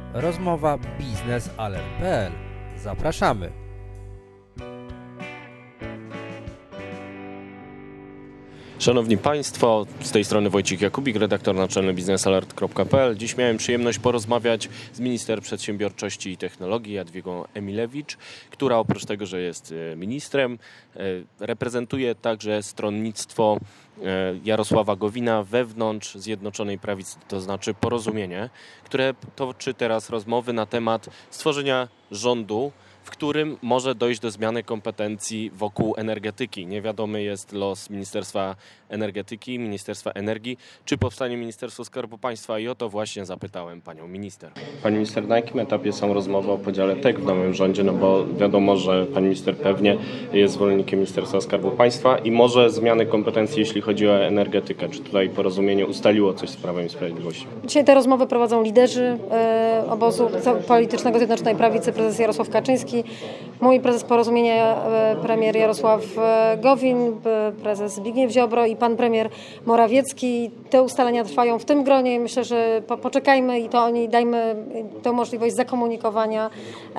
Rozmowa biznesalert.pl. Zapraszamy. Szanowni Państwo, z tej strony Wojciech Jakubik, redaktor naczelny biznesalert.pl. Dziś miałem przyjemność porozmawiać z minister przedsiębiorczości i technologii Jadwigą Emilewicz, która oprócz tego, że jest ministrem, reprezentuje także stronnictwo Jarosława Gowina wewnątrz Zjednoczonej Prawicy, to znaczy Porozumienie, które toczy teraz rozmowy na temat stworzenia rządu, w którym może dojść do zmiany kompetencji wokół energetyki. Niewiadomy jest los Ministerstwa Energetyki, Ministerstwa Energii, czy powstanie Ministerstwo Skarbu Państwa i o to właśnie zapytałem panią minister. Pani minister, na jakim etapie są rozmowy o podziale TEK w nowym rządzie? No bo wiadomo, że pani minister pewnie jest zwolennikiem Ministerstwa Skarbu Państwa i może zmiany kompetencji, jeśli chodzi o energetykę. Czy tutaj Porozumienie ustaliło coś z Prawem i Sprawiedliwością? Dzisiaj te rozmowy prowadzą liderzy obozu politycznego Zjednoczonej Prawicy, prezes Jarosław Kaczyński, mój prezes Porozumienia, premier Jarosław Gowin, prezes Zbigniew Ziobro i pan premier Morawiecki. Te ustalenia trwają w tym gronie i myślę, że poczekajmy i dajmy tę możliwość zakomunikowania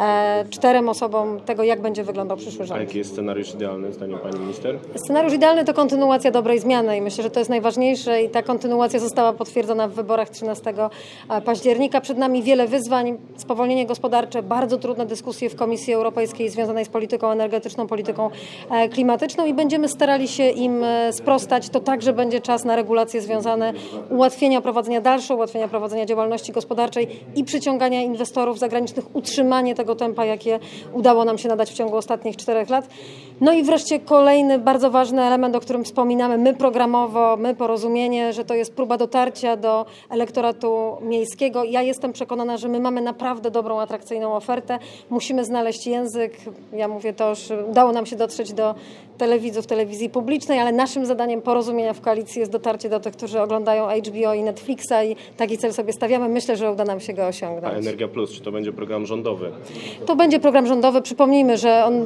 4 osobom tego, jak będzie wyglądał przyszły rząd. A jaki jest scenariusz idealny zdaniem pani minister? Scenariusz idealny to kontynuacja dobrej zmiany i myślę, że to jest najważniejsze i ta kontynuacja została potwierdzona w wyborach 13 października. Przed nami wiele wyzwań, spowolnienie gospodarcze, bardzo trudne dyskusje w Komisji Europejskiej związanej z polityką energetyczną, polityką klimatyczną i będziemy starali się im sprostać. To także będzie czas na regulacje związane, ułatwienia prowadzenia działalności gospodarczej i przyciągania inwestorów zagranicznych, utrzymanie tego tempa, jakie udało nam się nadać w ciągu ostatnich 4 lat. No i wreszcie kolejny bardzo ważny element, o którym wspominamy my programowo, my Porozumienie, że to jest próba dotarcia do elektoratu miejskiego. Ja jestem przekonana, że my mamy naprawdę dobrą, atrakcyjną ofertę. Musimy znaleźć język. Ja mówię to, że udało nam się dotrzeć do telewidzów, telewizji publicznej, ale naszym zadaniem Porozumienia w koalicji jest dotarcie do tych, którzy oglądają HBO i Netflixa i taki cel sobie stawiamy. Myślę, że uda nam się go osiągnąć. A Energia Plus, czy to będzie program rządowy? To będzie program rządowy. Przypomnijmy, że on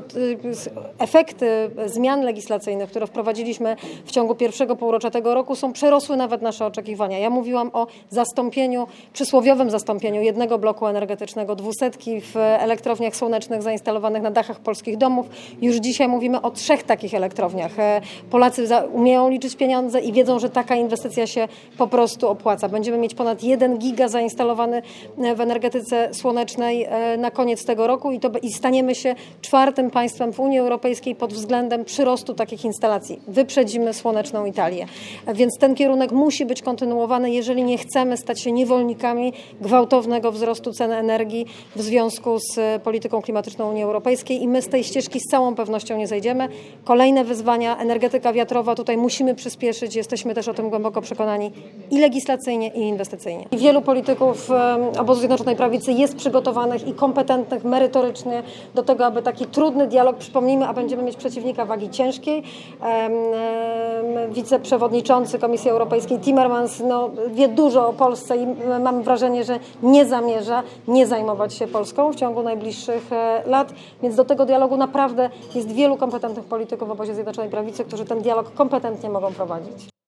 efekty zmian legislacyjnych, które wprowadziliśmy w ciągu pierwszego półrocza tego roku przerosły nawet nasze oczekiwania. Ja mówiłam o przysłowiowym zastąpieniu jednego bloku energetycznego, 200 w elektrowniach słonecznych zainstalowanych na dachach polskich domów. Już dzisiaj mówimy o 3 takich elektrowniach. Polacy umieją liczyć pieniądze i wiedzą, że taka inwestycja się po prostu opłaca. Będziemy mieć ponad 1 giga zainstalowany w energetyce słonecznej na koniec tego roku i staniemy się 4. państwem w Unii Europejskiej pod względem przyrostu takich instalacji. Wyprzedzimy słoneczną Italię. Więc ten kierunek musi być kontynuowany, jeżeli nie chcemy stać się niewolnikami gwałtownego wzrostu cen energii w związku z polityką klimatyczną Unii Europejskiej i my z tej ścieżki z całą pewnością nie zejdziemy. Kolejne wyzwania, energetyka wiatrowa, tutaj musimy przyspieszyć, jesteśmy też o tym głęboko przekonani i legislacyjnie, i inwestycyjnie. Wielu polityków obozu Zjednoczonej Prawicy jest przygotowanych i kompetentnych merytorycznie do tego, aby taki trudny dialog, przypomnijmy, a będziemy mieć przeciwnika wagi ciężkiej. Wiceprzewodniczący Komisji Europejskiej Timmermans wie dużo o Polsce i mam wrażenie, że nie zamierza nie zajmować się Polską w ciągu najbliższych lat, więc do tego dialogu naprawdę jest wielu kompetentnych polityków w obozie Zjednoczonej Prawicy, którzy ten dialog kompetentnie mogą prowadzić.